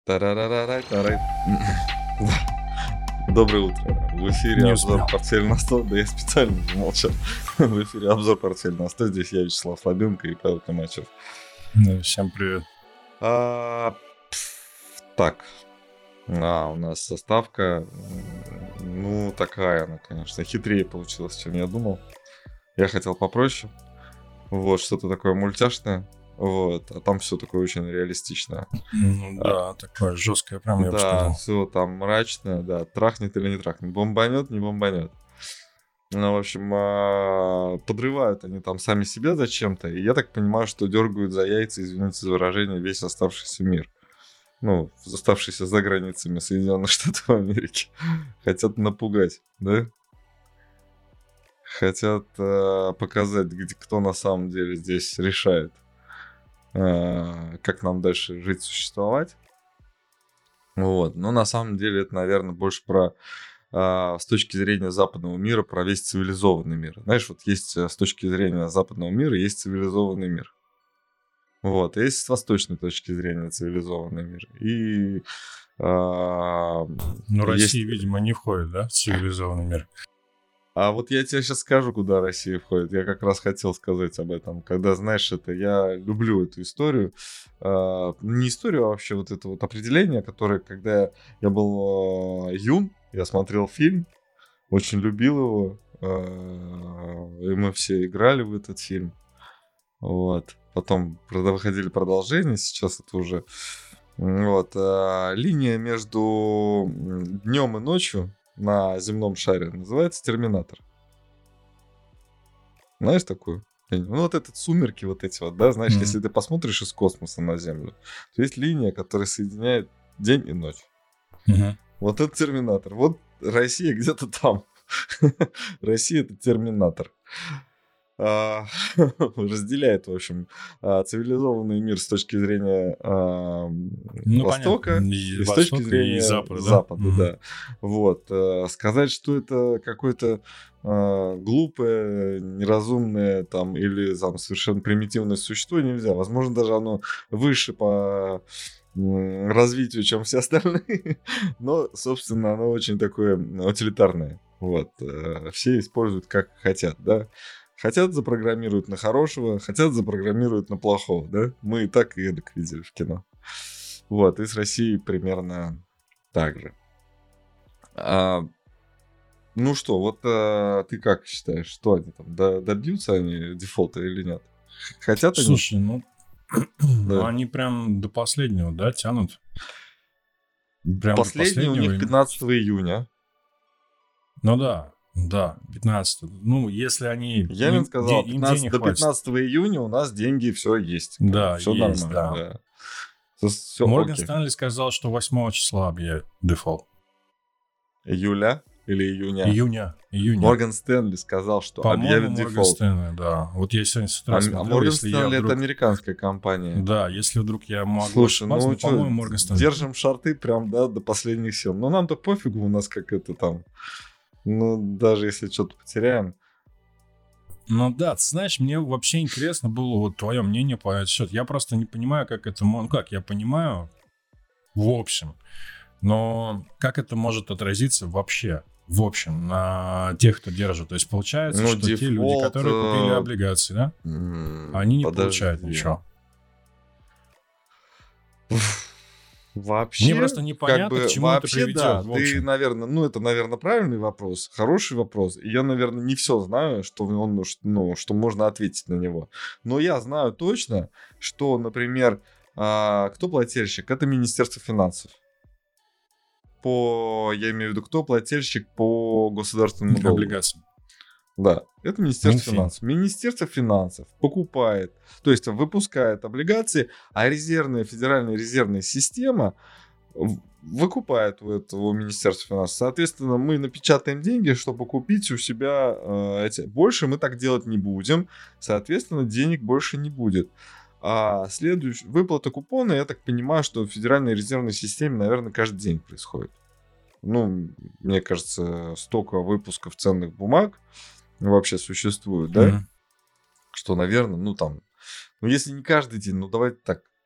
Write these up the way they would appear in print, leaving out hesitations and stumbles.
Тарарарарай-тарай. Доброе утро. В эфире Не обзор успел. «Портфель на 100». Да я специально замолчал. В эфире обзор «Портфель на 100». Здесь я, Вячеслав Слабенко и Павел Томачев. Да, всем привет. Так. У нас составка, такая она, конечно, хитрее получилась, чем я думал. Я хотел попроще. Вот, что-то такое мультяшное. Вот, а там все такое очень реалистичное. Да, такое жесткое, прям я бы Да, сказал. все там мрачно, да, трахнет или не трахнет, бомбанет, не бомбанет. Ну, в общем, подрывают они там сами себя зачем-то, и я так понимаю, что дергают за яйца, извините за выражение, весь оставшийся мир. Ну, оставшийся за границами Соединенных Штатов Америки. Хотят напугать, да? Хотят показать, кто на самом деле здесь решает, как нам дальше жить, существовать. Вот. Но на самом деле это, наверное, больше про с точки зрения западного мира, про весь цивилизованный мир. Знаешь, вот есть с точки зрения западного мира, есть цивилизованный мир. Вот. Есть с восточной точки зрения цивилизованный мир. И Но есть... Россия, видимо, не входит, да, в цивилизованный мир. А вот я тебе сейчас скажу, куда Россия входит. Я как раз хотел сказать об этом. Когда, знаешь, я люблю эту историю. Не историю, а вообще вот это вот определение, которое, когда я был юн, я смотрел фильм, очень любил его, и мы все играли в этот фильм. Вот. Потом выходили продолжения, сейчас это уже... Вот. Линия между днем и ночью на земном шаре называется терминатор. Знаешь такую? Ну, вот этот сумерки, вот эти вот, да, знаешь, если ты посмотришь из космоса на Землю, то есть линия, которая соединяет день и ночь. Вот это терминатор. Вот Россия где-то там. Россия — это терминатор. Разделяет, в общем, цивилизованный мир с точки зрения Востока и с точки зрения Запада, да. Вот. Сказать, что это какое-то глупое, неразумное там, или там, совершенно примитивное существо нельзя. Возможно, даже оно выше по развитию, чем все остальные. Но, собственно, оно очень такое утилитарное. Вот. Все используют как хотят, да. Хотят, запрограммируют на хорошего, хотят, запрограммируют на плохого, да? Мы и так и эдак видели в кино. Вот, и с Россией примерно так же. Ну что, вот ты как считаешь, что они там, добьются они дефолта или нет? Хотят они? Слушай, они прям до последнего, да, тянут? Прям последний у них 15 июня. Ну да, 15. Ну, если они... Я сказал, до 15 июня у нас деньги все есть. Да, все есть, нормально. Да. Морган Стэнли сказал, что 8 числа объявит дефолт. Июля или июня? Июня. Морган Стэнли сказал, что объявит дефолт. Морган Стэнли, да. Вот я сегодня с утра смотрел, Морган Стэнли это американская компания. Да, если вдруг я могу... Слушай, по-моему, Морган Стэнли. Держим шарты прям, да, до последних сил. Но нам-то пофигу, у нас как это там... Ну, даже если что-то потеряем. Ну да, ты знаешь, мне вообще интересно было вот твое мнение по этому счету. Я просто не понимаю, как это... Ну как, я понимаю в общем, но как это может отразиться вообще, в общем, на тех, кто держит? То есть получается, что те люди, которые купили облигации, да, они не получают ничего. Вообще, мне просто непонятно, к чему это приведет. Да, ты, наверное, это, наверное, правильный вопрос, хороший вопрос. И я, наверное, не все знаю, что можно ответить на него. Но я знаю точно, что, например, кто плательщик? Это Министерство финансов. Я имею в виду, кто плательщик по государственным долгу? Облигациям. Да, это Министерство финансов. Министерство финансов покупает, то есть выпускает облигации, а Федеральная резервная система выкупает у этого Министерства финансов. Соответственно, мы напечатаем деньги, чтобы купить у себя эти. Больше мы так делать не будем. Соответственно, денег больше не будет. А выплата купона, я так понимаю, что в Федеральной резервной системе, наверное, каждый день происходит. Ну, мне кажется, столько выпусков ценных бумаг вообще существует, да? Что, наверное, если не каждый день, давайте так,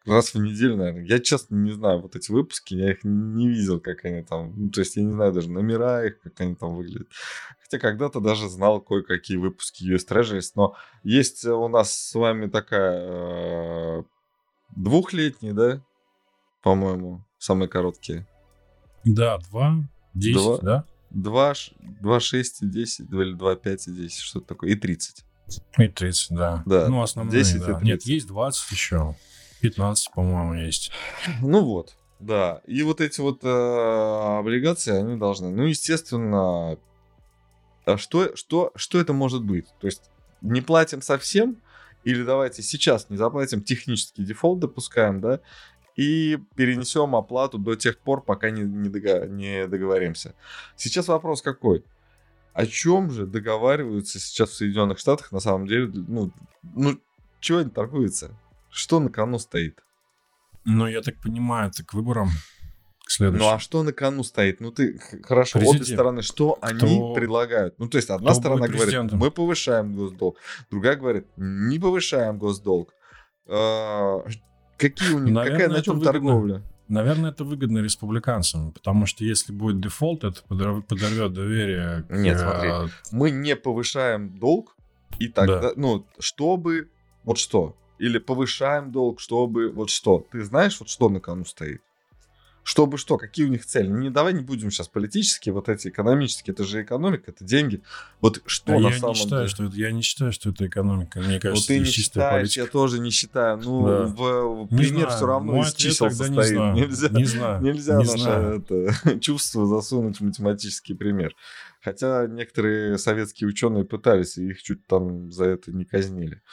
раз в неделю, наверное. Я, честно, не знаю вот эти выпуски, я их не видел, как они там... Ну, то есть я не знаю даже номера их, как они там выглядят. Хотя когда-то даже знал кое-какие выпуски US Treasuries, но есть у нас с вами такая двухлетняя, да, по-моему, самые короткие. Да, 2, 10, да? 2, 6 и 10, или 2, 5 и 10, что-то такое, и 30. И 30, да. Да, основные, 10 да. и 30. Нет, есть 20 еще. 15, по-моему, есть. Ну вот, да. И вот эти вот облигации, они должны... Ну, естественно, что это может быть? То есть не платим совсем, или давайте сейчас не заплатим, технический дефолт допускаем, да, и перенесем оплату до тех пор, пока не договоримся. Сейчас вопрос какой? О чем же договариваются сейчас в Соединенных Штатах на самом деле? Ну чего они торгуются? Что на кону стоит? Ну, я так понимаю, это к выборам, к следующим. Ну, а что на кону стоит? Ну, ты, хорошо, обе стороны, что они предлагают? Ну, то есть, одна сторона говорит, мы повышаем госдолг, другая говорит, не повышаем госдолг. Какие у них, наверное, на чем торговля? Наверное, это выгодно республиканцам, потому что если будет дефолт, это подорвет доверие. Нет, смотри, мы не повышаем долг, и тогда, чтобы, вот что, или повышаем долг, чтобы, вот что. Ты знаешь, вот что на кону стоит? Чтобы что? Какие у них цели? Давай не будем сейчас политические, вот эти экономические. Это же экономика, это деньги. Вот что на самом деле? Я не считаю, что это экономика. Мне кажется, это чистая политика. Я тоже не считаю. Ну, пример все равно из чисел состоит. Нельзя наше чувство засунуть в математический пример. Хотя некоторые советские ученые пытались, и их чуть там за это не казнили.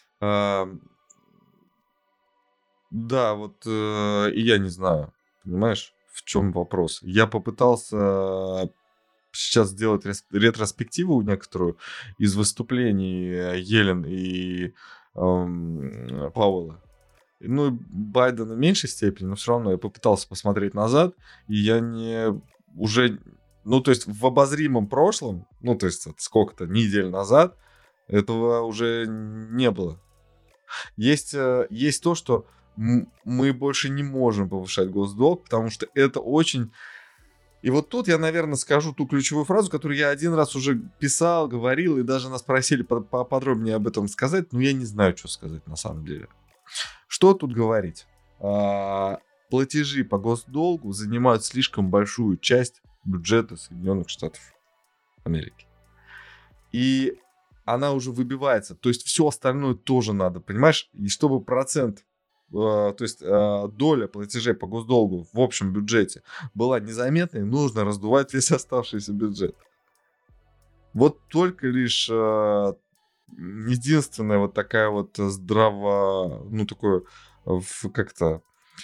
Да, вот и я не знаю. Понимаешь, в чем вопрос? Я попытался сейчас сделать ретроспективу некоторую из выступлений Йеллен и Пауэлла. Ну, Байдена в меньшей степени, но все равно я попытался посмотреть назад, и я уже, то есть в обозримом прошлом, то есть сколько-то недель назад, этого уже не было. Есть то, что мы больше не можем повышать госдолг, потому что это очень... И вот тут я, наверное, скажу ту ключевую фразу, которую я один раз уже писал, говорил, и даже нас просили поподробнее об этом сказать, но я не знаю, что сказать на самом деле. Что тут говорить? Платежи по госдолгу занимают слишком большую часть бюджета Соединенных Штатов Америки. И она уже выбивается. То есть все остальное тоже надо, понимаешь? И чтобы процент, то есть доля платежей по госдолгу в общем бюджете была незаметной, нужно раздувать весь оставшийся бюджет. Вот только лишь единственная вот такая вот такое как-то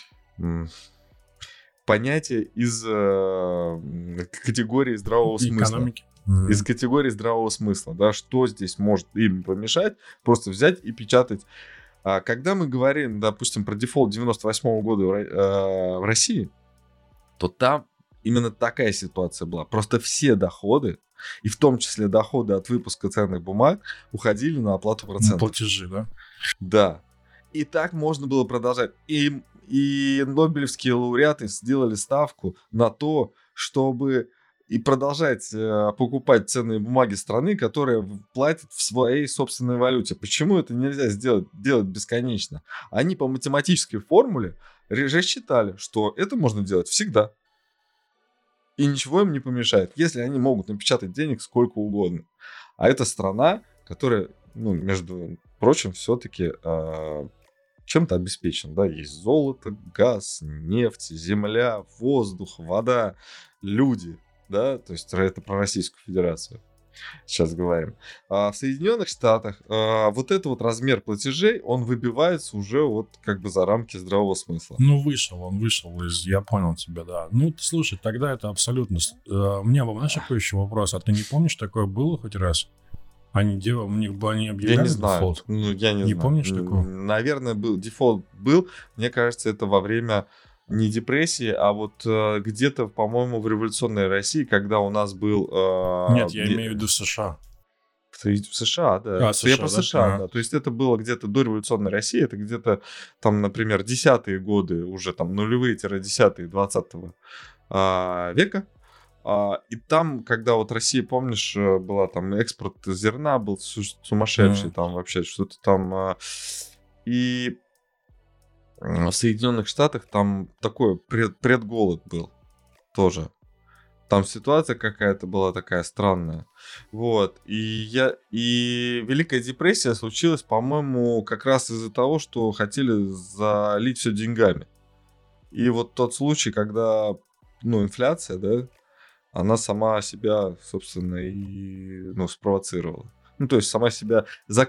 понятие из категории здравого смысла. Из категории здравого смысла, да, что здесь может им помешать, просто взять и печатать. Когда мы говорим, допустим, про дефолт 98 года в России, то там именно такая ситуация была. Просто все доходы, и в том числе доходы от выпуска ценных бумаг, уходили на оплату процентов. Платежи, да? Да. И так можно было продолжать. И нобелевские лауреаты сделали ставку на то, чтобы и продолжать покупать ценные бумаги страны, которая платит в своей собственной валюте. Почему это нельзя делать бесконечно? Они по математической формуле рассчитали, что это можно делать всегда. И ничего им не помешает, если они могут напечатать денег сколько угодно. А это страна, которая, между прочим, все-таки чем-то обеспечена. Да? Есть золото, газ, нефть, земля, воздух, вода, люди. Да, то есть это про Российскую Федерацию сейчас говорим. А в Соединенных Штатах вот этот вот размер платежей, он выбивается уже вот как бы за рамки здравого смысла. Он вышел я понял тебя, да. Слушай, тогда это абсолютно... У меня, знаешь, какой еще вопрос? А ты не помнишь, такое было хоть раз? Они объявляли я не знаю. дефолт? Я не знаю. Помнишь такого? Наверное, дефолт был. Мне кажется, это во время... не депрессии, а вот где-то, по-моему, в революционной России, когда у нас был... Нет, я имею в виду США. В США, да. США, Я про США, да. То есть это было где-то до революционной России, это где-то там, например, 10-е годы, уже там нулевые-10-е 20 века. И там, когда вот Россия, помнишь, была там экспорт зерна был сумасшедший, там вообще что-то там. И в Соединенных Штатах там такой предголод был тоже. Там ситуация какая-то была такая странная. Вот. И Великая депрессия случилась, по-моему, как раз из-за того, что хотели залить все деньгами. И вот тот случай, когда, инфляция, да, она сама себя, собственно, и, спровоцировала. То есть сама себя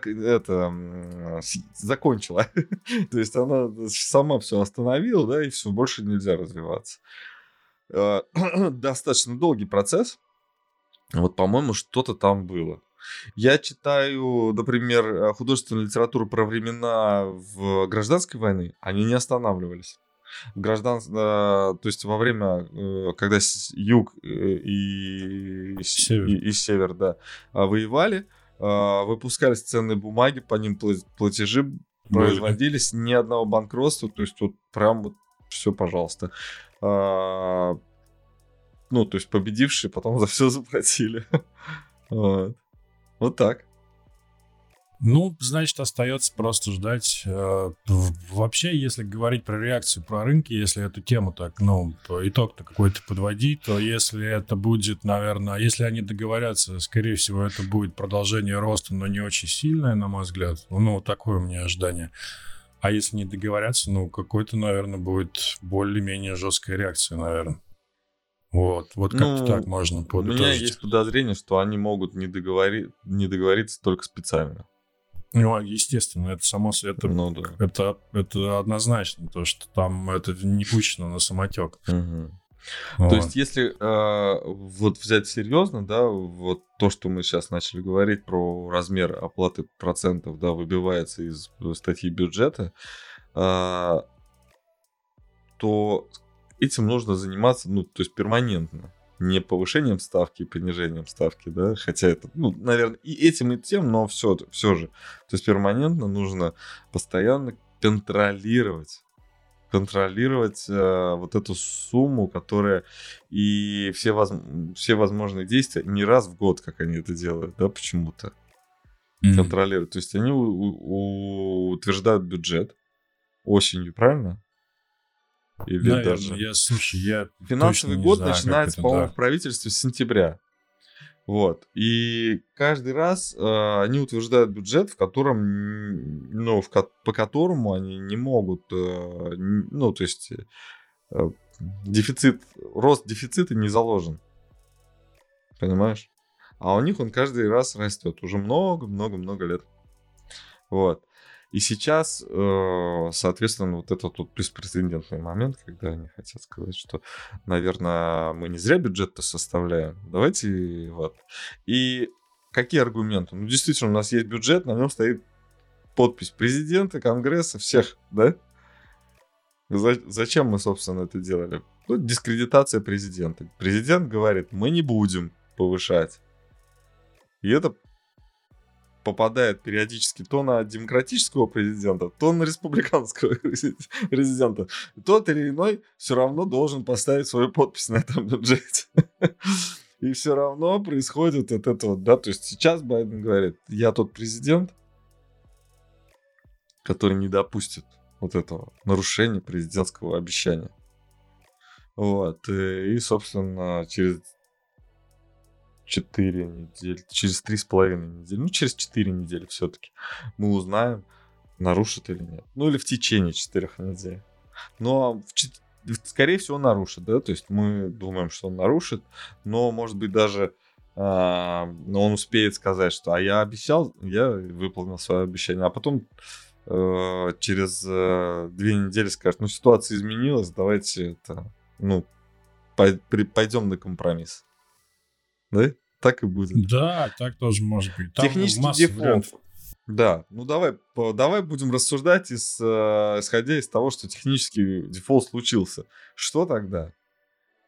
закончила. То есть она сама все остановила, да, и все, больше нельзя развиваться. Достаточно долгий процесс. Вот, по-моему, что-то там было. Я читаю, например, художественную литературу про времена в гражданской войны. Они не останавливались. То есть во время, когда юг и север, да, воевали, выпускались ценные бумаги, по ним платежи производились, ни одного банкротства. То есть вот прям вот все, пожалуйста. То есть победившие потом за все заплатили. Вот так. Значит, остается просто ждать. Вообще, если говорить про реакцию, про рынки, если эту тему так, итог-то какой-то подводить, то если это будет, наверное, если они договорятся, скорее всего, это будет продолжение роста, но не очень сильное, на мой взгляд. Такое у меня ожидание. А если не договорятся, какой-то, наверное, будет более-менее жесткая реакция, наверное. Вот как-то так можно подытожить. У меня есть подозрение, что они могут не договориться только специально. Естественно, это само собой, это однозначно, то, что там это не пущено на самотек. То есть, если вот взять серьезно, да, вот то, что мы сейчас начали говорить про размер оплаты процентов, да, выбивается из статьи бюджета, то этим нужно заниматься, то есть перманентно. Не повышением ставки и понижением ставки, да, хотя это, наверное, и этим, и тем, но все же. То есть перманентно нужно постоянно контролировать вот эту сумму, которая и все возможные действия не раз в год, как они это делают, да, почему-то контролируют. То есть они утверждают бюджет осенью, правильно? Или наверное, даже... Финансовый год начинается, по-моему, в правительстве с сентября. Вот. И каждый раз они утверждают бюджет, в котором, по которому они не могут, то есть рост дефицита не заложен. Понимаешь? А у них он каждый раз растет уже много-много-много лет. Вот. И сейчас, соответственно, вот этот вот беспрецедентный момент, когда они хотят сказать, что, наверное, мы не зря бюджет-то составляем. Давайте вот. И какие аргументы? Действительно, у нас есть бюджет, на нем стоит подпись президента, Конгресса, всех, да? Зачем мы, собственно, это делали? Дискредитация президента. Президент говорит, мы не будем повышать. И это попадает периодически то на демократического президента, то на республиканского президента. Тот или иной все равно должен поставить свою подпись на этом бюджете. И все равно происходит вот это вот, да, то есть сейчас Байден говорит, я тот президент, который не допустит вот этого нарушения президентского обещания. Вот, и, собственно, через 4 недели, через 3,5 недели, через 4 недели все-таки мы узнаем, нарушит или нет. Или в течение 4 недель. Но, скорее всего, нарушит, да, то есть мы думаем, что он нарушит, но, может быть, даже он успеет сказать, что я обещал, я выполнил свое обещание, а потом через 2 недели скажет, ситуация изменилась, давайте пойдем на компромисс. Да? Так и будет. Да, так тоже может быть. Там технический дефолт. Да, давай будем рассуждать, исходя из того, что технический дефолт случился. Что тогда?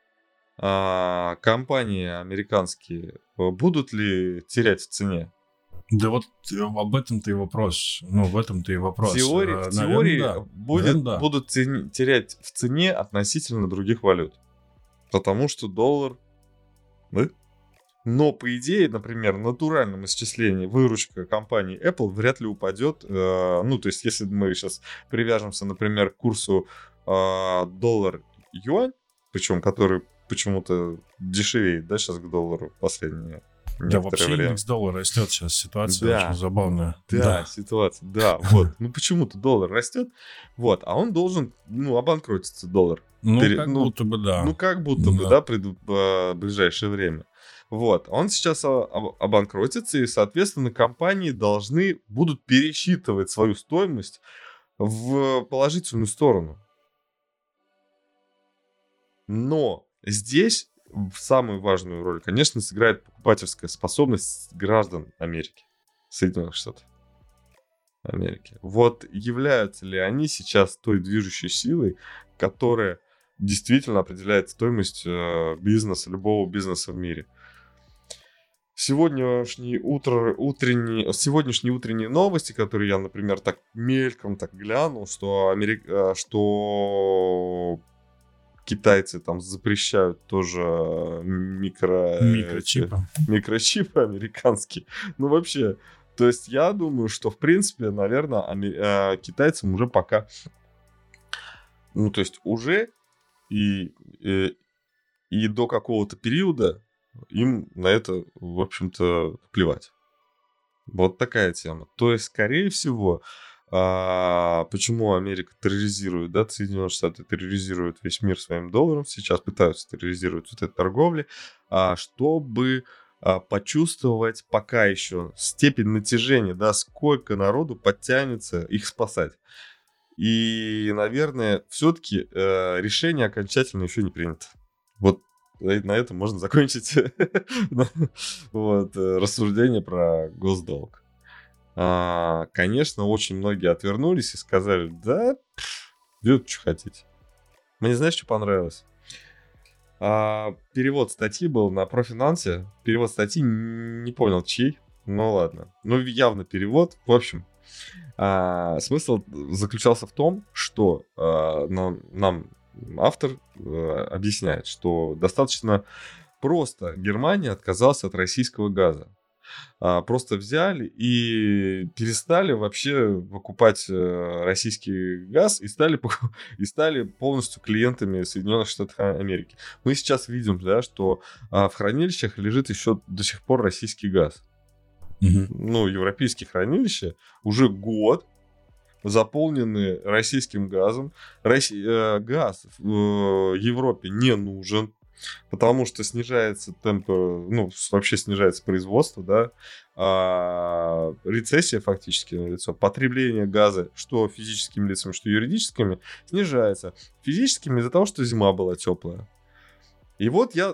Компании американские будут ли терять в цене? Да вот об этом-то и вопрос. Ну, в этом-то и вопрос. В теории да. будут терять в цене относительно других валют. Потому что доллар... Да? Но, по идее, например, в натуральном исчислении выручка компании Apple вряд ли упадет. Ну, то есть, если мы сейчас привяжемся, например, к курсу доллар-юань, причем который почему-то дешевеет, да, сейчас к доллару последнее. Да, вообще индекс доллара растет сейчас, ситуация очень забавная. Да, ситуация, да, вот. Ну, почему-то доллар растет, вот, а он должен, обанкротиться, доллар. Как будто бы, да. Ну, как будто бы, да, в ближайшее время. Вот, он сейчас обанкротится, и, соответственно, компании будут пересчитывать свою стоимость в положительную сторону. Но здесь самую важную роль, конечно, сыграет покупательская способность граждан Америки, Соединенных Штатов Америки. Вот являются ли они сейчас той движущей силой, которая действительно определяет стоимость бизнеса, любого бизнеса в мире? Сегодняшние утренние новости, которые я, например, так мельком глянул, что китайцы там запрещают тоже микрочипы американские. Ну, вообще, то есть я думаю, что, в принципе, наверное, китайцам уже пока... Ну, то есть уже и до какого-то периода им на это, в общем-то, плевать. Вот такая тема. То есть, скорее всего... почему Америка терроризирует, да, Соединенные Штаты терроризируют весь мир своим долларом, сейчас пытаются терроризировать вот эту торговлю, чтобы почувствовать пока еще степень натяжения, да, сколько народу подтянется их спасать. И, наверное, все-таки решение окончательно еще не принято. Вот на этом можно закончить рассуждение про госдолг. Конечно, очень многие отвернулись и сказали, да, делайте, что хотите. Мне, знаешь, что понравилось? Перевод статьи был на Профинансе. Перевод статьи не понял, чей. Ну ладно. Ну, явно перевод. В общем, смысл заключался в том, что нам автор объясняет, что достаточно просто Германия отказалась от российского газа. Просто взяли и перестали вообще покупать российский газ и стали полностью клиентами Соединенных Штатов Америки. Мы сейчас видим, да, что в хранилищах лежит еще до сих пор российский газ. Ну, европейские хранилища уже год заполнены российским газом. Газ в Европе не нужен. Потому что снижается темп, вообще снижается производство, да, рецессия фактически налицо, потребление газа, что физическими лицами, что юридическими, снижается. Физическими из-за того, что зима была теплая. И вот я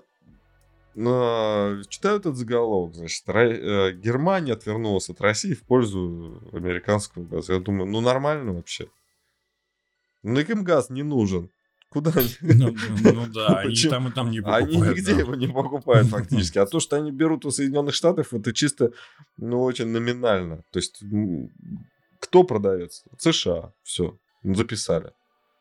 читаю этот заголовок, значит, Германия отвернулась от России в пользу американского газа. Я думаю, нормально вообще. Им газ не нужен. Куда они? Ну да, они там и там не покупают. Они нигде его не покупают фактически. А то, что они берут у Соединенных Штатов, это чисто, очень номинально. То есть, кто продается? США. Все, записали.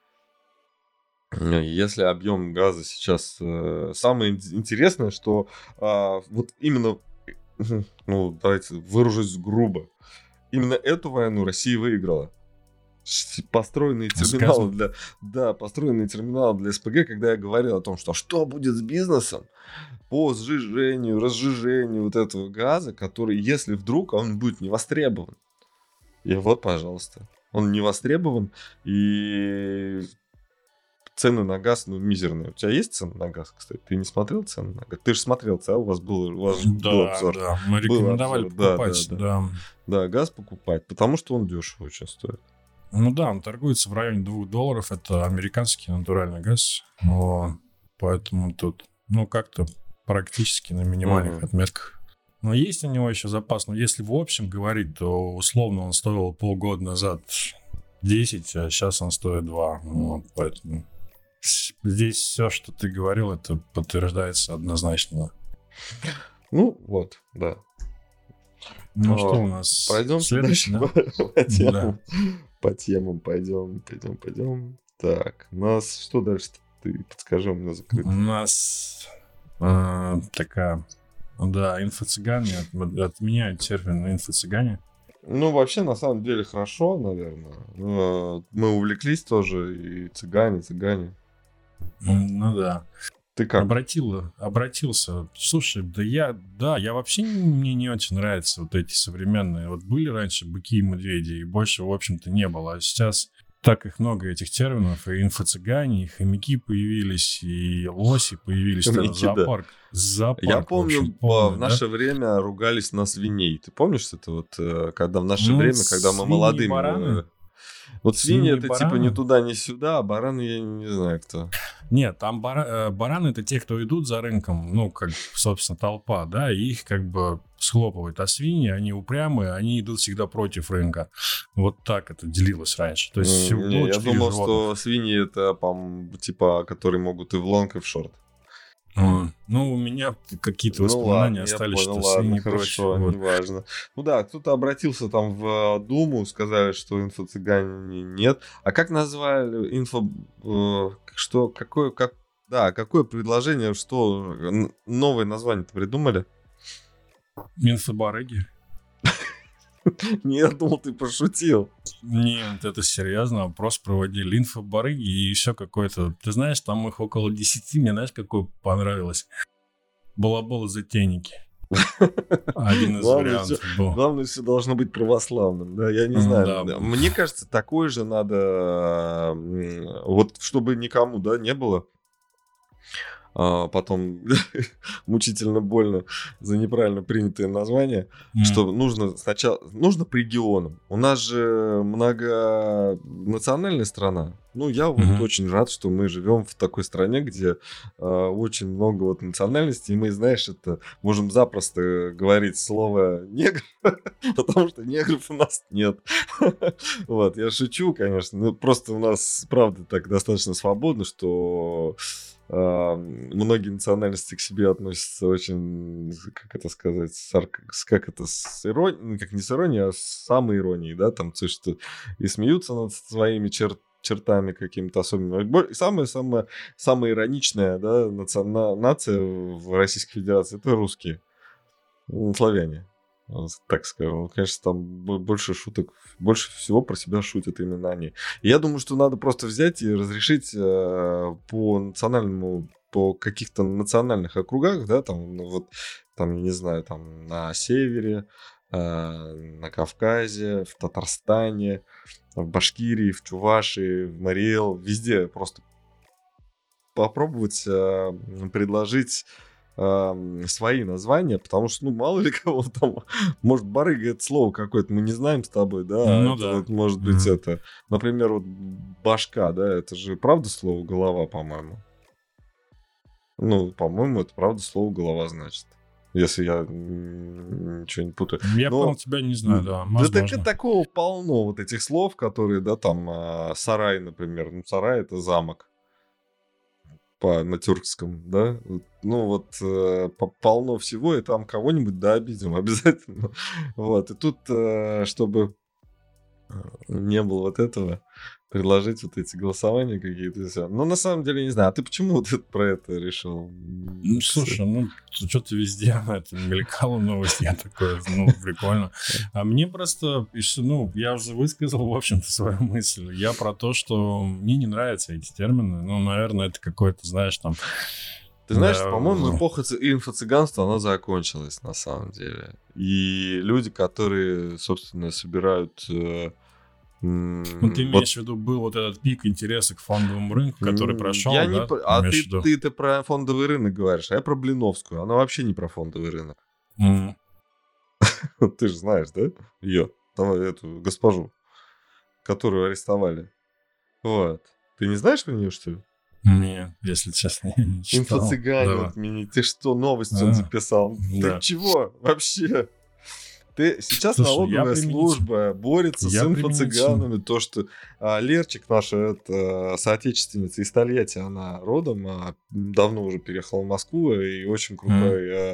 Если объем газа сейчас... Самое интересное, что вот именно... давайте выражусь грубо. Именно эту войну Россия выиграла. Построенные терминалы для СПГ, когда я говорил о том, что будет с бизнесом по разжижению вот этого газа, который, если вдруг он будет не востребован. И вот, пожалуйста, он не востребован, и цены на газ, мизерные. У тебя есть цены на газ, кстати? Ты не смотрел цены на газ? Ты же смотрел, у вас был обзор. Да, мы рекомендовали покупать, да. Да, газ покупать, потому что он дешево очень стоит. Ну да, он торгуется в районе $2. Это американский натуральный газ. Поэтому тут, как-то практически на минимальных отметках. Но есть у него еще запас. Но если в общем говорить, то условно он стоил полгода назад 10, а сейчас он стоит 2. Поэтому здесь все, что ты говорил, это подтверждается однозначно. Ну вот, да. Ну что у нас? Пройдем следующий, да? По темам пойдем. Так, у нас что дальше? Ты подскажи, у меня закрыто. У нас такая, инфо-цыгане, отменяют термин инфо-цыгане. Ну, вообще, на самом деле, хорошо, наверное. Мы увлеклись тоже, и цыгане. Ну да. Ты как? Обратился. Слушай, я вообще, мне не очень нравятся вот эти современные. Вот были раньше быки и медведи, и больше, в общем-то, не было. А сейчас так их много, этих терминов. И инфо-цыгане, и хомяки появились, и лоси появились. Зоопарк. Я помню, в наше время ругались на свиней. Ты помнишь это вот, когда в наше время, когда мы молодыми... Бараны. Вот свиньи это бараны. Типа ни туда, ни сюда, а бараны я не знаю кто. Нет, там бараны это те, кто идут за рынком, ну, как, собственно, толпа, да, и их как бы схлопывают. А свиньи, они упрямые, они идут всегда против рынка. Вот так это делилось раньше. То есть я думал, что свиньи это, типа, которые могут и в лонг, и в шорт. Ну, у меня какие-то воспоминания остались, что свиньи хорошо, неважно. Ну да, кто-то обратился там в Думу, сказали, что инфо-цыгане нет. А как назвали какое предложение, что новое название-то придумали? Инфо-барыги. Нет, думал, ты пошутил. Нет, это серьезно. Опрос проводили. Инфо-барыги и еще какой-то. Ты знаешь, там их около 10. Мне знаешь, какой понравилось? Балаболы-затейники. Один из вариантов был. Главное, все должно быть православным. Да, я не знаю. Да. Мне кажется, такое же надо... Вот, чтобы никому, да, не было... потом мучительно больно за неправильно принятое название, что нужно сначала по регионам. У нас же многонациональная страна. Ну, я вот очень рад, что мы живем в такой стране, где очень много вот национальностей, и мы, знаешь, это можем запросто говорить слово негр, потому что негров у нас нет. Вот, я шучу, конечно, но просто у нас, правда, так достаточно свободно, что многие национальности к себе относятся очень, как это сказать, с иронией, как не с иронией, а с самоиронией, да, там, то, что и смеются над своими чертами какими-то особенными. Самая ироничная, да, нация в Российской Федерации — это русские, славяне. Так скажем. Конечно, там больше шуток, больше всего про себя шутят именно они. И я думаю, что надо просто взять и разрешить по каких-то национальных округах, да, там, ну, вот, там, я не знаю, там, на севере, на Кавказе, в Татарстане, в Башкирии, в Чувашии, в Мариэл, везде просто попробовать предложить свои названия, потому что, ну, мало ли кого там, может, барыга — это слово какое-то, мы не знаем с тобой, да, ну, это, да. Вот, может быть, это, например, вот башка, да, это же правда слово голова, по-моему. Ну, по-моему, это правда слово голова, значит. Если я ничего не путаю. Я понял, тебя не знаю, да. Да такого полно вот этих слов, которые, да, там, сарай, например. Ну, сарай — это замок. На тюркском, да, ну вот полно всего, и там кого-нибудь да обидим обязательно, вот, и тут, чтобы не было вот этого, предложить вот эти голосования какие-то, все. Но на самом деле не знаю, а ты почему вот про это решил? Ну, слушай, ну, что-то везде это мелькало новости, я такой, ну, прикольно. А мне просто, ну, я уже высказал, в общем-то, свою мысль. Я про то, что мне не нравятся эти термины. Ну, наверное, это какой-то, знаешь, там... Ты знаешь, по-моему, эпоха инфо-цыганства, она закончилась, на самом деле. И люди, которые, собственно, собирают... Ну, ты имеешь в виду, был вот этот пик интереса к фондовому рынку, который прошел, да? А ты про фондовый рынок говоришь, а я про Блиновскую. Она вообще не про фондовый рынок. Ты же знаешь, да? Ее, эту госпожу, которую арестовали. Вот. Ты не знаешь про нее, что ли? Нет, если честно, я не читал. Инфо-цыгане отменить. Ты что, новости он записал? Да. Ты чего вообще? Сейчас налоговая служба борется с инфо-цыганами. То, что Лерчик, наша соотечественница из Тольятти, она родом, давно уже переехала в Москву, и очень крутой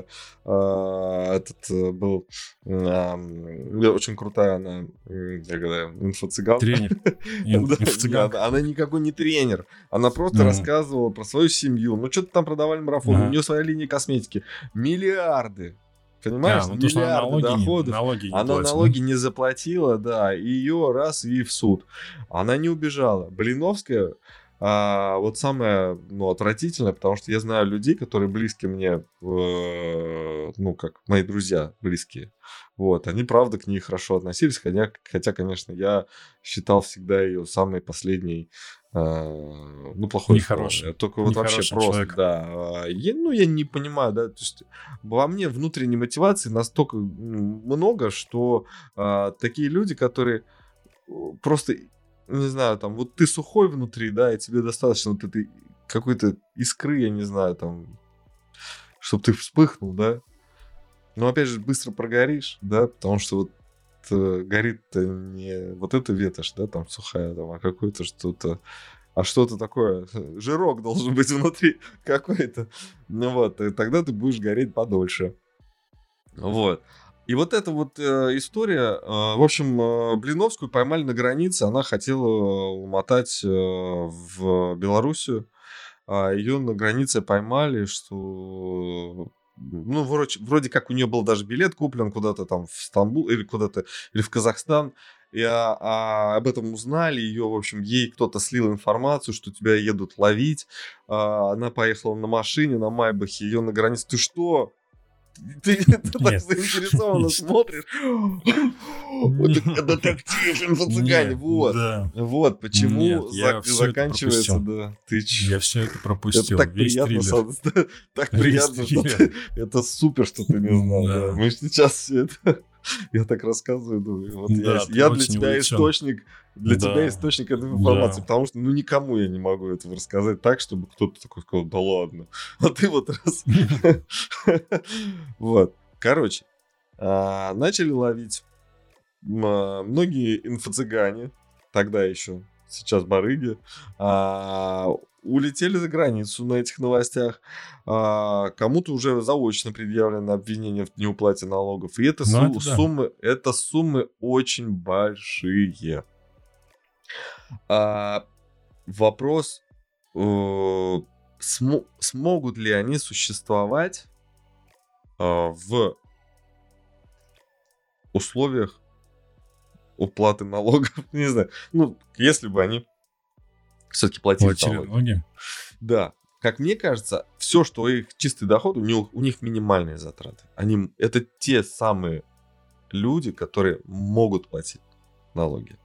был... Очень крутая она, инфо-цыган. Тренер. Она никакой не тренер. Она просто рассказывала про свою семью. Ну, что-то там продавали марафон. У нее своя линия косметики. Миллиарды. Понимаешь, миллиарды доходов. Она налоги не заплатила, да, и ее раз и в суд. Она не убежала. Блиновская, вот самое, отвратительное, потому что я знаю людей, которые близки мне, как мои друзья близкие. Вот, они, правда, к ней хорошо относились, хотя, конечно, я считал всегда ее самой последней, плохой. Нехороший. Только вот вообще просто, человек. Да. Я не понимаю, да, то есть во мне внутренней мотивации настолько много, что такие люди, которые просто, не знаю, там, вот ты сухой внутри, да, и тебе достаточно вот этой какой-то искры, я не знаю, там, чтобы ты вспыхнул, да. Но опять же, быстро прогоришь, да, потому что вот горит-то не вот эта ветошь, да, там сухая, там, а какое-то что-то, что-то такое, жирок должен быть внутри какой-то. Ну вот, и тогда ты будешь гореть подольше. Вот. И вот эта вот история, в общем, Блиновскую поймали на границе, она хотела умотать в Белоруссию, ее на границе поймали, что... вроде как у нее был даже билет куплен куда-то там в Стамбул или куда-то, или в Казахстан. И об этом узнали, ее, в общем, ей кто-то слил информацию, что тебя едут ловить. Она поехала на машине, на Майбахе, ее на границе. Ты что? Ты так заинтересованно смотришь. Детектив, инфо-цыгане. Вот почему заканчивается. Я все это пропустил. Так приятно. Так приятно. Это супер, что ты не знал. Мы сейчас все это... Я так рассказываю, думаю, вот я для тебя источник, источник этой информации, потому что, никому я не могу этого рассказать так, чтобы кто-то такой сказал, да ладно, а ты вот раз. Вот, короче, начали ловить многие инфо-цыгане, тогда еще, сейчас барыги, улетели за границу на этих новостях. Кому-то уже заочно предъявлено обвинение в неуплате налогов. И это суммы очень большие. Вопрос, смогут ли они существовать в условиях уплаты налогов? Не знаю. Если бы они все-таки платили налоги. Да. Как мне кажется, все, что их чистый доход, у них минимальные затраты. Это те самые люди, которые могут платить налоги.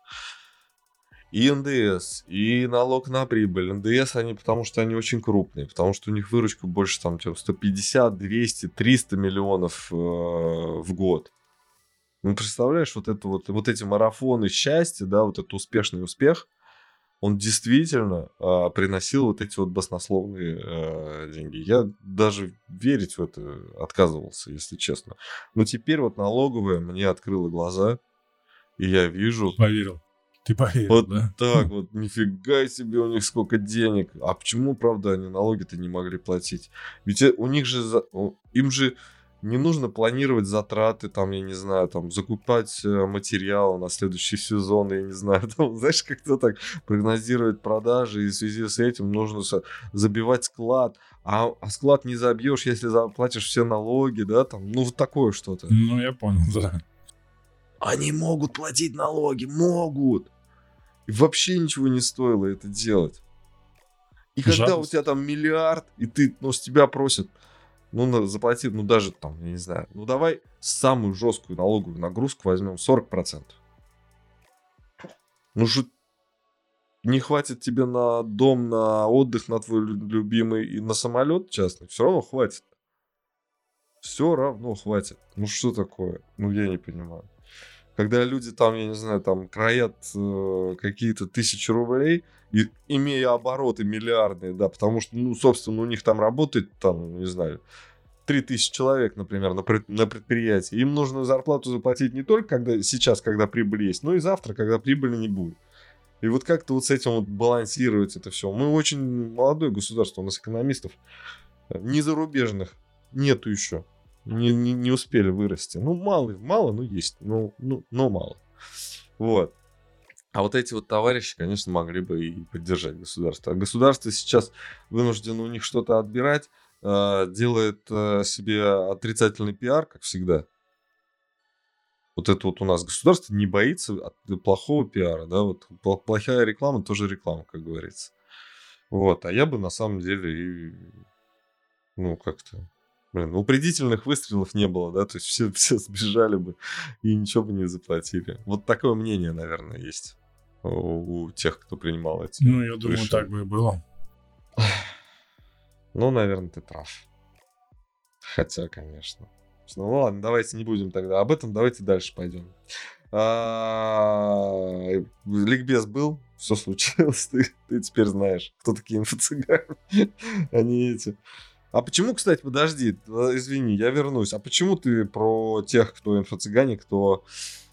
И НДС, и налог на прибыль. НДС потому что они очень крупные, потому что у них выручка больше 150, 200, 300 миллионов в год. Представляешь, вот эти марафоны счастья, да, вот этот успешный успех, он действительно приносил вот эти вот баснословные деньги. Я даже верить в это отказывался, если честно. Но теперь вот налоговая мне открыла глаза, и я вижу... Поверил. Ты поверил, вот да? Так вот, нифига себе у них сколько денег. А почему, правда, они налоги-то не могли платить? Ведь у них же... Им же... Не нужно планировать затраты, там, я не знаю, там, закупать материал на следующий сезон, я не знаю, там, знаешь, как-то так прогнозировать продажи, и в связи с этим нужно забивать склад, а склад не забьешь, если заплатишь все налоги, да, там, вот такое что-то. Я понял, да. Они могут платить налоги, могут. И вообще ничего не стоило это делать. И когда у тебя там миллиард, и ты, с тебя просят, заплати, даже там, я не знаю, давай самую жесткую налоговую нагрузку возьмем 40%. Что не хватит тебе на дом, на отдых, на твой любимый и на самолет частный, все равно хватит. Все равно хватит. Что такое? Я не понимаю. Когда люди там, я не знаю, там краят какие-то 1000 рублей, и, имея обороты миллиардные, да, потому что, собственно, у них там работает, там, не знаю, 3000 человек, например, на предприятии. Им нужно зарплату заплатить не только сейчас, когда прибыль есть, но и завтра, когда прибыли не будет. И вот как-то вот с этим вот балансировать это все. Мы очень молодое государство, у нас экономистов не зарубежных нету еще. Не успели вырасти. Ну, мало, но есть. Но мало. Вот. А вот эти вот товарищи, конечно, могли бы и поддержать государство. А государство сейчас вынуждено у них что-то отбирать, делает себе отрицательный пиар, как всегда. Вот это вот у нас государство не боится плохого пиара, да, вот плохая реклама тоже реклама, как говорится. Вот, а я бы на самом деле как-то, упредительных выстрелов не было, да, то есть все сбежали бы и ничего бы не заплатили. Вот такое мнение, наверное, есть у тех, кто принимал эти решения. Я думаю, так бы и было. Наверное, ты прав. Хотя, конечно. Ну ладно, давайте не будем тогда об этом, давайте дальше пойдем. Ликбез был, все случилось, ты теперь знаешь, кто такие инфо-цыгане. Они эти. А почему, кстати, подожди, извини, я вернусь. А почему ты про тех, кто инфо-цыгане, кто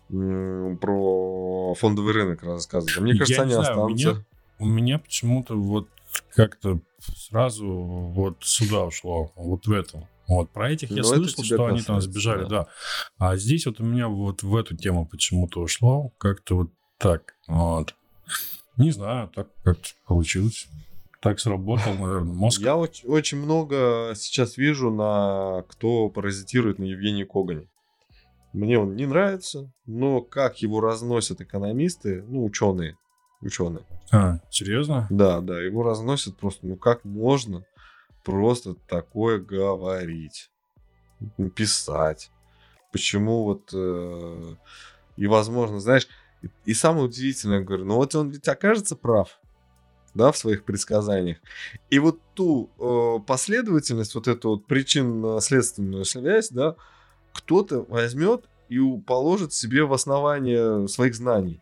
про фондовый рынок рассказывал? Мне кажется, они останутся. У меня почему-то вот как-то сразу вот сюда ушло, вот в этом. Вот про этих я слышал, что они там сбежали, да. А здесь вот у меня вот в эту тему почему-то ушло, как-то вот так. Вот. Не знаю, так как-то получилось. Так сработал, наверное, мозг. Я очень много сейчас вижу, кто паразитирует на Евгении Когане. Мне он не нравится, но как его разносят экономисты, ученые. Серьезно? Да, его разносят просто, как можно просто такое говорить, писать. Почему вот... и, возможно, знаешь... И самое удивительное, я говорю, он ведь окажется прав, да, в своих предсказаниях. И вот ту последовательность, вот эту вот причинно-следственную связь, да, кто-то возьмет и положит себе в основание своих знаний.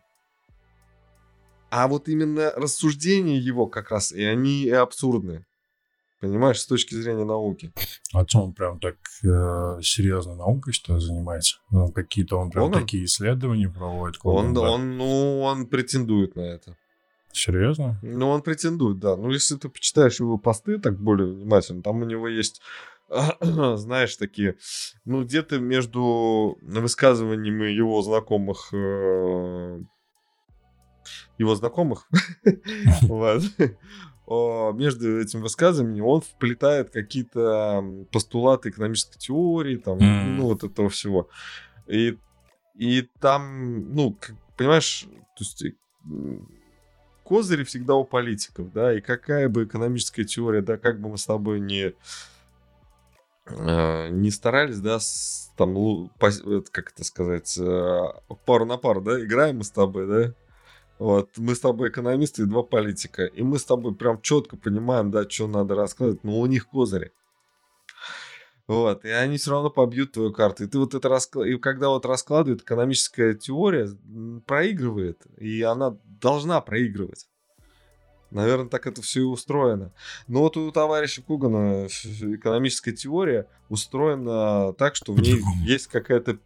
А вот именно рассуждения его как раз, и они и абсурдны. Понимаешь, с точки зрения науки. А что он прям так серьезно наукой, что ли, занимается? Какие-то он прям такие исследования проводит? Он претендует на это. Серьезно? Он претендует, да. Если ты почитаешь его посты так более внимательно, там у него есть, знаешь, такие, где-то между высказываниями его знакомых, между этим высказыванием он вплетает какие-то постулаты экономической теории, вот этого всего. И там, понимаешь, то есть козыри всегда у политиков, да, и какая бы экономическая теория, да, как бы мы с тобой не старались, да, как это сказать, пару на пару, да, играем мы с тобой, да. Вот, мы с тобой экономисты и два политика. И мы с тобой прям четко понимаем, да, что надо раскладывать, но у них козыри. Вот, и они все равно побьют твою карту. И ты вот это и когда вот раскладывает, экономическая теория проигрывает, и она должна проигрывать. Наверное, так это все и устроено. Но вот у товарища Когана экономическая теория устроена так, что в ней есть какая-то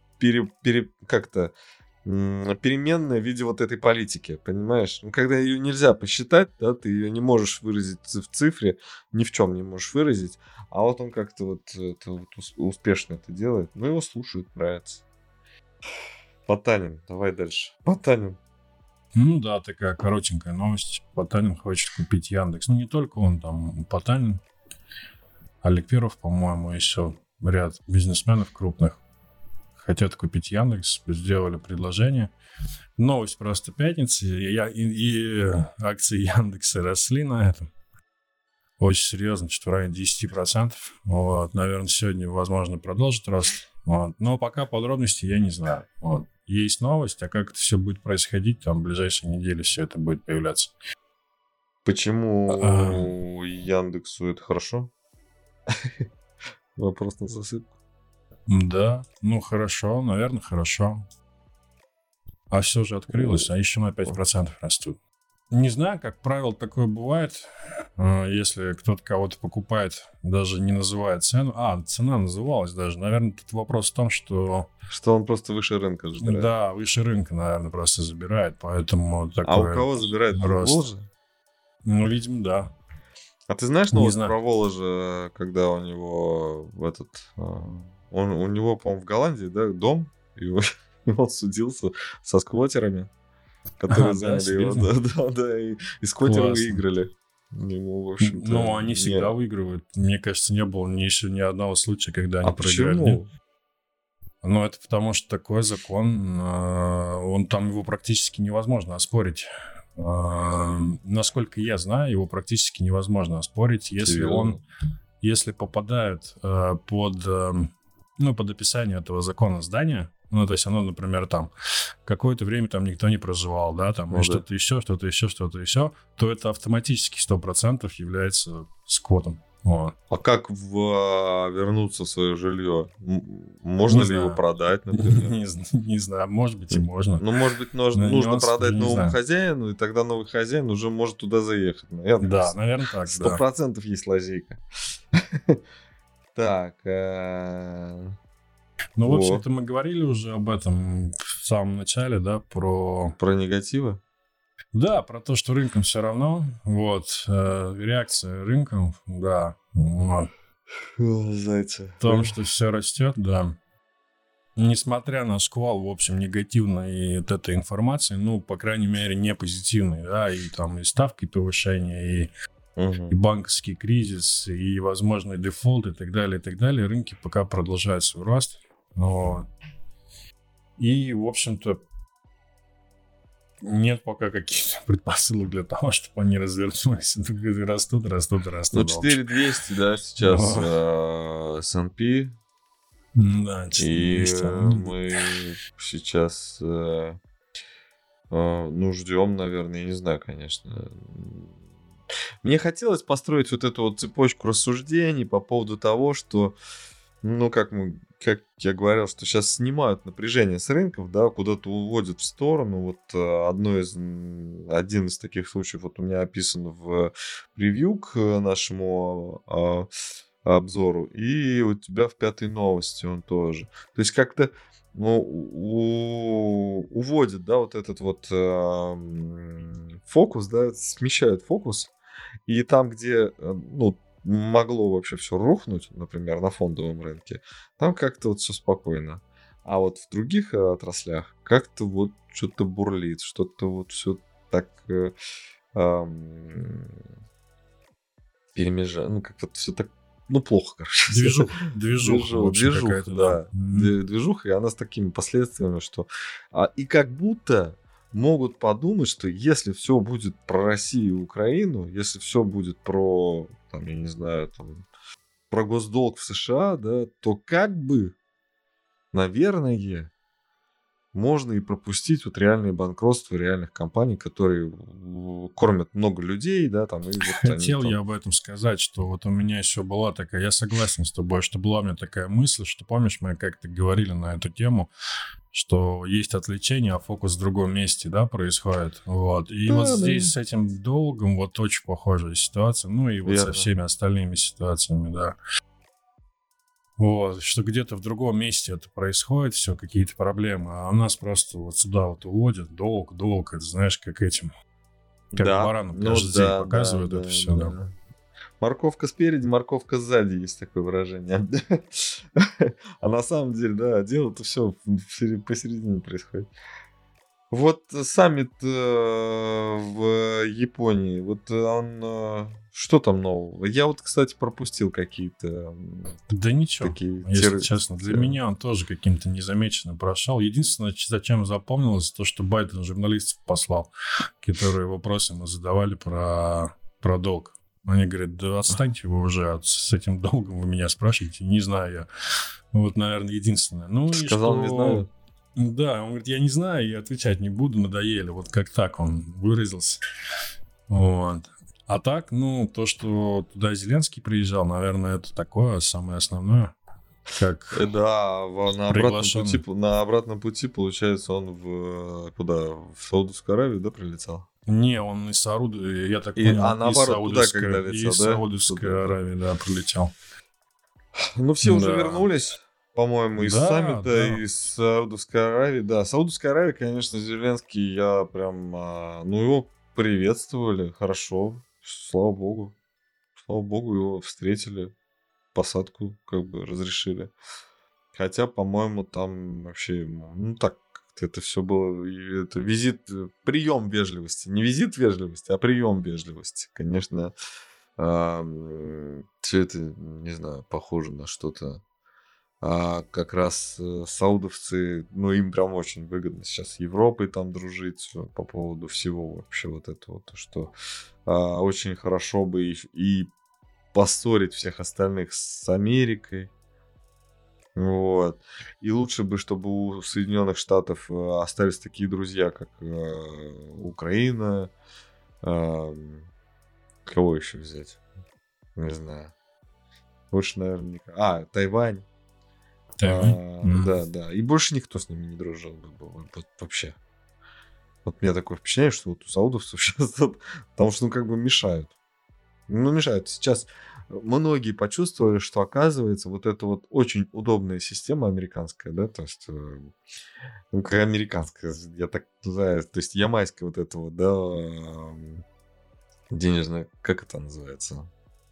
переменная в виде вот этой политики, понимаешь? Когда ее нельзя посчитать, да, ты ее не можешь выразить в цифре, ни в чем не можешь выразить, а вот он как-то вот успешно это делает, его слушают, нравится. Потанин, давай дальше. Потанин. Да, такая коротенькая новость. Потанин хочет купить Яндекс. Не только он, там Потанин, Олег Перов, по-моему, еще ряд бизнесменов крупных хотят купить Яндекс, сделали предложение. Новость просто пятницы, и акции Яндекса росли на этом. Очень серьезно, что в районе 10%. Вот, наверное, сегодня, возможно, продолжит рост. Вот. Но пока подробностей я не знаю. Вот. Есть новость, а как это все будет происходить, там в ближайшие недели все это будет появляться. Почему Яндексу это хорошо? Вопрос на засыпку. Да, хорошо, наверное, хорошо. А все же открылось, а еще на 5% растут. Не знаю, как правило, такое бывает. Если кто-то кого-то покупает, даже не называет цену. Цена называлась даже. Наверное, тут вопрос в том, что... Что он просто выше рынка забирает. Да, выше рынка, наверное, просто забирает. Поэтому такой... А у кого забирает? Воложи? Ну, видимо, да. А ты знаешь новость про Воложа, когда у него у него, по-моему, в Голландии, да, дом, и он судился со сквотерами, которые заняли его. Да, и сквотеры выиграли. Ему, в общем-то, ну, они всегда выигрывают. Мне кажется, не было еще ни одного случая, когда они проиграли. Почему? Ну, это потому что такой закон, его практически невозможно оспорить. Насколько я знаю, его практически невозможно оспорить, если попадают под описание этого закона здания. Ну, то есть оно, например, там какое-то время там никто не проживал, да, там что-то еще, то это автоматически 100% является сквотом. Вот. А как вернуться в свое жилье? Можно ли его продать, например? Не знаю, может быть и можно. Ну, может быть, нужно продать новому хозяину, и тогда новый хозяин уже может туда заехать. Да, наверное, так. 100% есть лазейка. Так. Ну, в общем-то, мы говорили уже об этом в самом начале, да, про негативы? Да, про то, что рынкам все равно. Вот. Реакция рынков, да. Зайцы. В том, что все растет, да. Несмотря на шквал, в общем, негативной от этой информации, ну, по крайней мере, не позитивной, да, и там и ставки повышения, и банковский кризис, и возможный дефолт, и так далее, рынки пока продолжают свой рост. Вот. И, в общем-то, нет пока каких-то предпосылок для того, чтобы они развернулись. Растут. Ну, 4200, да, сейчас S&P. Да, 4200. И мы сейчас ждем, наверное, я не знаю, конечно. Мне хотелось построить вот эту вот цепочку рассуждений по поводу того, что, как я говорил, что сейчас снимают напряжение с рынков, да, куда-то уводят в сторону. Вот один из таких случаев вот у меня описан в превью к нашему обзору, и у тебя в 5-й новости он тоже. То есть как-то уводит, да, вот этот вот фокус, да, смещают фокус, и там, где, могло вообще все рухнуть, например, на фондовом рынке, там как-то вот все спокойно. А вот в других отраслях как-то вот что-то бурлит, что-то вот все так перемежает, как-то все так, плохо, короче. Движуха, да. Движуха, и она с такими последствиями, что... И как будто могут подумать, что если все будет про Россию и Украину, если все будет про, там, я не знаю, там, про госдолг в США, да, то как бы, наверное, можно и пропустить вот реальные банкротства реальных компаний, которые кормят много людей, да, там. И вот хотел я об этом сказать, что вот у меня еще была такая, я согласен с тобой, что была у меня такая мысль, что, помнишь, мы как-то говорили на эту тему, что есть отвлечение, а фокус в другом месте, да, происходит. Вот. И да, вот здесь с этим долгом вот очень похожая ситуация. Ну и вот со всеми остальными ситуациями, да. Вот, что где-то в другом месте это происходит, все, какие-то проблемы, а у нас просто вот сюда вот уводят, долг, это знаешь, как этим, как баранам каждый день показывают это все, да. Морковка спереди, морковка сзади, есть такое выражение. А на самом деле, да, дело-то все посередине происходит. Вот саммит в Японии, вот он... Что там нового? Я вот, кстати, пропустил какие-то... Да ничего, такие если честно. Для меня он тоже каким-то незамеченным прошел. Единственное, зачем запомнилось, то, что Байден журналистов послал, которые вопросы ему задавали про долг. Они говорят, да отстаньте вы уже с этим долгом, вы меня спрашиваете, не знаю я. Вот, наверное, единственное. Ну, сказал, не знаю. Да, он говорит, я не знаю, я отвечать не буду, надоели. Вот как так он выразился. Вот. А так, то, что туда Зеленский приезжал, наверное, это такое самое основное. Как да, на обратном пути, получается, он в Саудовскую Аравию, да, прилетел? Не, он из Саудовской, я так понял, из Саудовской Аравии, да, прилетел. Ну, все уже вернулись, по-моему, из саммита, из Саудовской Аравии. Да, Саудовская Аравия, конечно, Зеленский, я прям, его приветствовали, хорошо, слава богу. Слава богу, его встретили, посадку как бы разрешили. Хотя, по-моему, там вообще, так, это все было, это визит, прием вежливости. Не визит вежливости, а прием вежливости. Конечно, все это, не знаю, похоже на что-то. А как раз саудовцы, им прям очень выгодно сейчас с Европой там дружить по поводу всего вообще вот этого, то, что очень хорошо бы и поссорить всех остальных с Америкой. Вот. И лучше бы, чтобы у Соединенных Штатов остались такие друзья, как Украина. Кого еще взять? Не знаю. Больше, наверное, Тайвань. Да. И больше никто с ними не дружил бы. Вот вообще. Вот у меня такое впечатление, что вот у саудовцев сейчас... Потому что, мешают. Мешают. Сейчас многие почувствовали, что, оказывается, вот эта вот очень удобная система американская, да, то есть, как американская, я так называю, то есть ямайская вот эта вот, да, денежная, как это называется?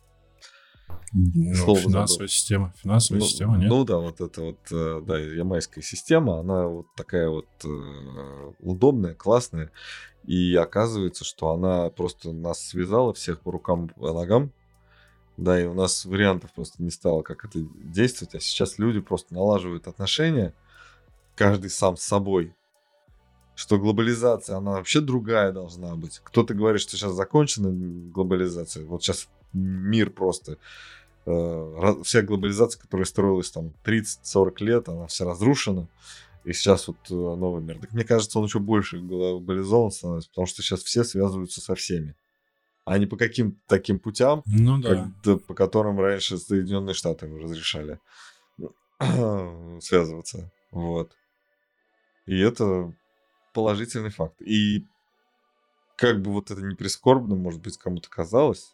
Финансовая система, нет? Ну да, вот эта вот, да, ямайская система, она вот такая вот удобная, классная, и оказывается, что она просто нас связала всех по рукам, по ногам, да, и у нас вариантов просто не стало, как это действовать, а сейчас люди просто налаживают отношения, каждый сам с собой, что глобализация, она вообще другая должна быть. Кто-то говорит, что сейчас закончена глобализация, вот сейчас мир просто, вся глобализация, которая строилась там 30-40 лет, она вся разрушена, и сейчас вот новый мир. Так мне кажется, он еще больше глобализован становится, потому что сейчас все связываются со всеми, а не по каким-то таким путям, по которым раньше Соединенные Штаты разрешали связываться. Вот. И это положительный факт. И как бы вот это не прискорбно, может быть, кому-то казалось,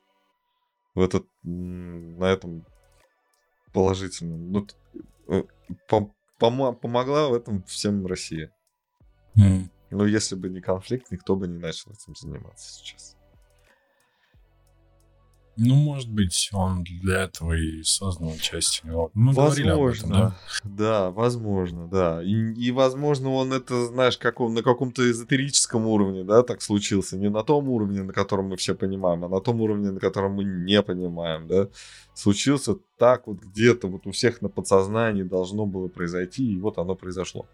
на этом положительном, помогла в этом всем Россия. Но если бы не конфликт, никто бы не начал этим заниматься сейчас. Может быть, он для этого и создан отчасти. Мы говорили об этом, да? Да, возможно, да. И возможно, он это, знаешь, на каком-то эзотерическом уровне, да, так случился. Не на том уровне, на котором мы все понимаем, а на том уровне, на котором мы не понимаем, да. Случился так вот где-то, вот у всех на подсознании должно было произойти, и вот оно произошло.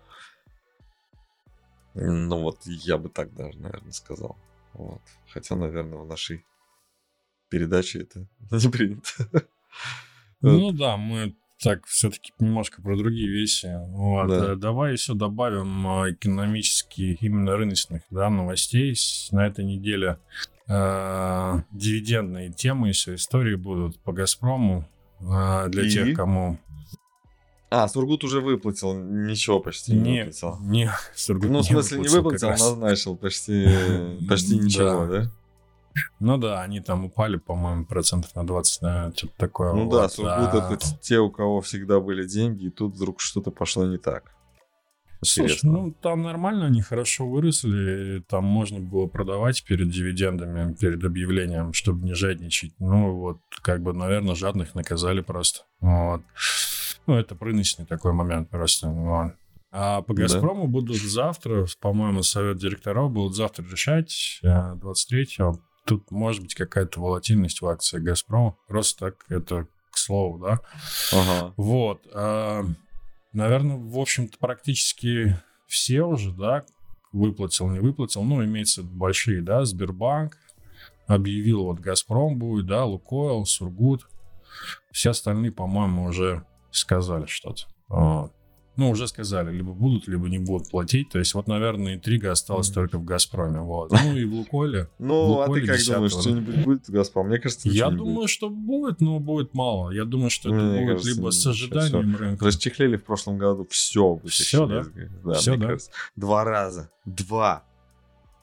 Я бы так даже, наверное, сказал. Вот. Хотя, наверное, в нашей передачи это не принято. Да, мы так все-таки немножко про другие вещи. Вот. Да. Давай еще добавим экономические, именно рыночных, да, новостей. На этой неделе дивидендные темы еще, истории будут по «Газпрому». Для тех, кому... Сургут уже выплатил, ничего почти не выплатил. Сургут в смысле, не выплатил, назначил почти ничего, да? Они там упали, по-моему, процентов на 20, наверное, что-то такое. Сургут это те, у кого всегда были деньги, и тут вдруг что-то пошло не так. Слушай, там нормально, они хорошо выросли, там можно было продавать перед дивидендами, перед объявлением, чтобы не жадничать. Наверное, жадных наказали просто. Вот. Это рыночный такой момент просто. Вот. А по «Газпрому» будут завтра, по-моему, совет директоров будут завтра решать, 23-го. Тут может быть какая-то волатильность в акции «Газпрома». Просто так, это к слову, да? Ага. Вот. Наверное, в общем-то, практически все уже, да, выплатил, не выплатил. Имеется в виду большие, да, Сбербанк объявил, «Газпром» будет, да, Лукойл, Сургут. Все остальные, по-моему, уже сказали что-то. Вот. Уже сказали, либо будут, либо не будут платить. То есть, наверное, интрига осталась только в «Газпроме». Вот. И в «Лукойле». А ты как думаешь, что-нибудь будет в «Газпром»? Мне кажется, я думаю, что будет, но будет мало. Я думаю, что это будет либо с ожиданием рынка. Расчехлили в прошлом году все. Все, да? Да, все, да? Кажется. 2 раза. 2.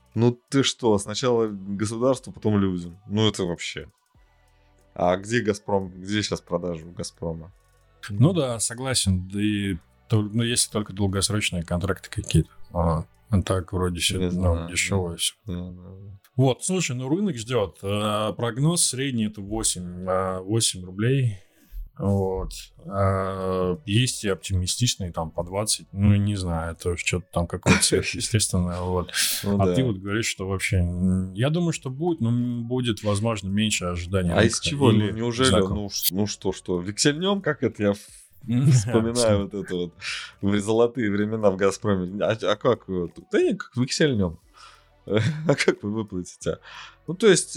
Ну ты что, сначала государству, потом людям. Ну это вообще. А где «Газпром», где сейчас продажи у «Газпрома»? Ну да, согласен. Да и если только долгосрочные контракты какие-то. Так вроде все дешевое все. Вот, слушай, рынок ждет. Прогноз средний это 8 рублей. Вот. Есть и оптимистичные, там, по 20. Ну, не знаю, это что-то там какое-то сверхъестественное. Вот. Ты вот говоришь, что вообще... Я думаю, что будет, но будет, возможно, меньше ожиданий. А из чего? Неужели? Что? Вексельнем, как это я вспоминаю вот это вот в золотые времена в «Газпроме». А как? Да не, как вексельнем. А как вы выплатите? Ну, то есть...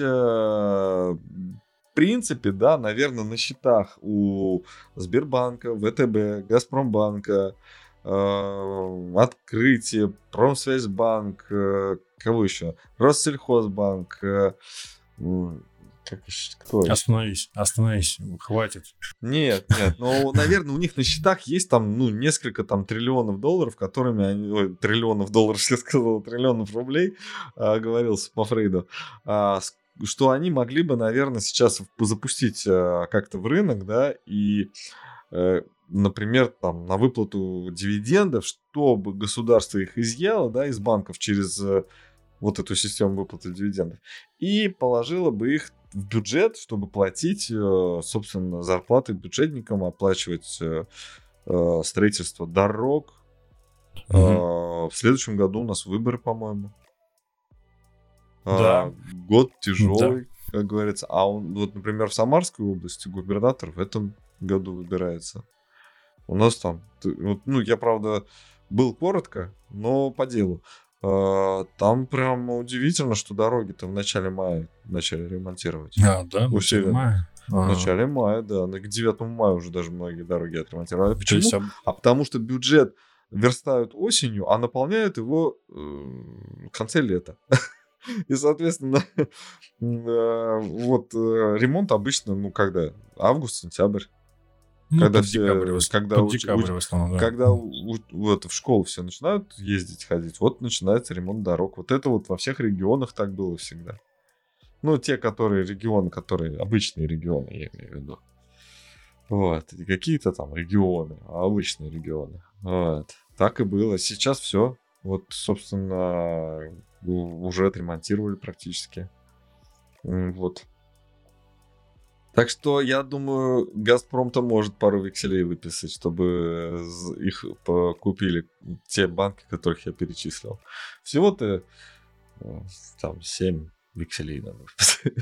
В принципе, да, наверное, на счетах у Сбербанка, ВТБ, Газпромбанка, Открытие, Промсвязьбанк, кого еще? Россельхозбанк. Кто? Остановись, хватит. Нет, но, наверное, у них на счетах есть там, несколько там триллионов долларов, которыми они... триллионов долларов, я сказал, триллионов рублей, говорился по Фрейду, что они могли бы, наверное, сейчас запустить как-то в рынок, да, и, например, там, на выплату дивидендов, чтобы государство их изъяло, да, из банков через вот эту систему выплаты дивидендов, и положило бы их в бюджет, чтобы платить, собственно, зарплаты бюджетникам, оплачивать строительство дорог. В следующем году у нас выборы, по-моему. Да. Год тяжелый, как говорится. А вот, например, в Самарской области губернатор в этом году выбирается. У нас там... я, правда, был коротко, но по делу. Там прям удивительно, что дороги-то в начале мая начали ремонтировать. Да? В начале мая? В начале мая, да. К 9 мая уже даже многие дороги отремонтировали. Почему? Потому что бюджет верстают осенью, а наполняют его в конце лета. И, соответственно, вот ремонт обычно, когда? Август, сентябрь. Когда декабрь в основном, да. Когда в школу все начинают ездить, ходить, вот начинается ремонт дорог. Вот это вот во всех регионах так было всегда. Те, регионы, которые обычные регионы, я имею в виду. Вот. И какие-то там регионы, а обычные регионы. Вот. Так и было. Сейчас все. Вот, собственно, уже отремонтировали практически. Вот. Так что, я думаю, «Газпром»-то может пару векселей выписать, чтобы их купили те банки, которых я перечислил. Всего-то там 7 векселей надо выписать.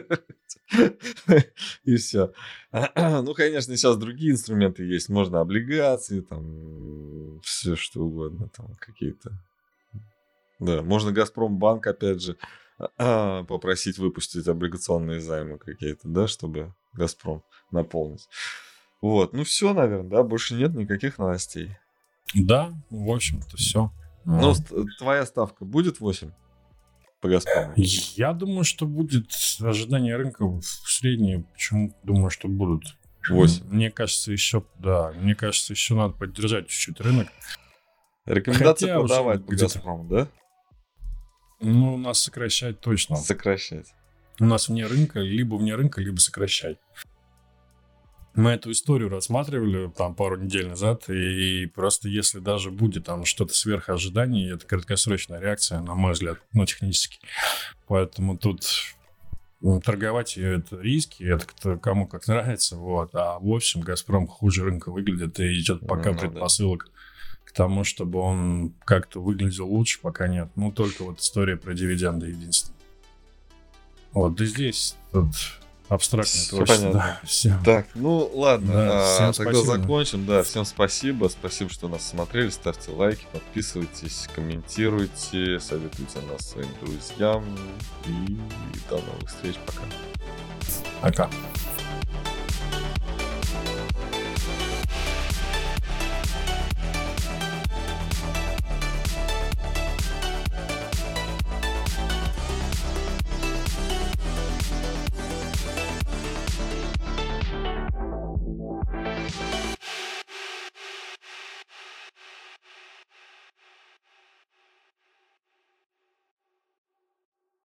И все. Конечно, сейчас другие инструменты есть. Можно облигации, там, все что угодно, там, какие-то. Да, можно «Газпромбанк», опять же, попросить выпустить облигационные займы какие-то, да, чтобы «Газпром» наполнить. Вот, все, наверное, да, больше нет никаких новостей. Да, в общем-то, все. Твоя ставка будет 8 по «Газпрому»? Я думаю, что будет ожидание рынка в среднее. Почему думаю, что будут? 8. Мне кажется, еще надо поддержать чуть-чуть рынок. Рекомендация продавать по «Газпрому», да? У нас сокращать точно. Сокращать. У нас либо вне рынка, либо сокращать. Мы эту историю рассматривали там пару недель назад, и просто если даже будет там что-то сверх ожиданий, это краткосрочная реакция, на мой взгляд, технически. Поэтому тут торговать это риски, это кому как нравится, вот. А в общем, «Газпром» хуже рынка выглядит, и идет пока предпосылок к тому, чтобы он как-то выглядел лучше, пока нет. Только вот история про дивиденды единственная. Вот, и здесь тут абстрактное творчество. Да, все. Так, ладно, да, тогда закончим. Да, всем спасибо. Спасибо, что нас смотрели. Ставьте лайки, подписывайтесь, комментируйте, советуйте нас своим друзьям. И до новых встреч. Пока. Пока.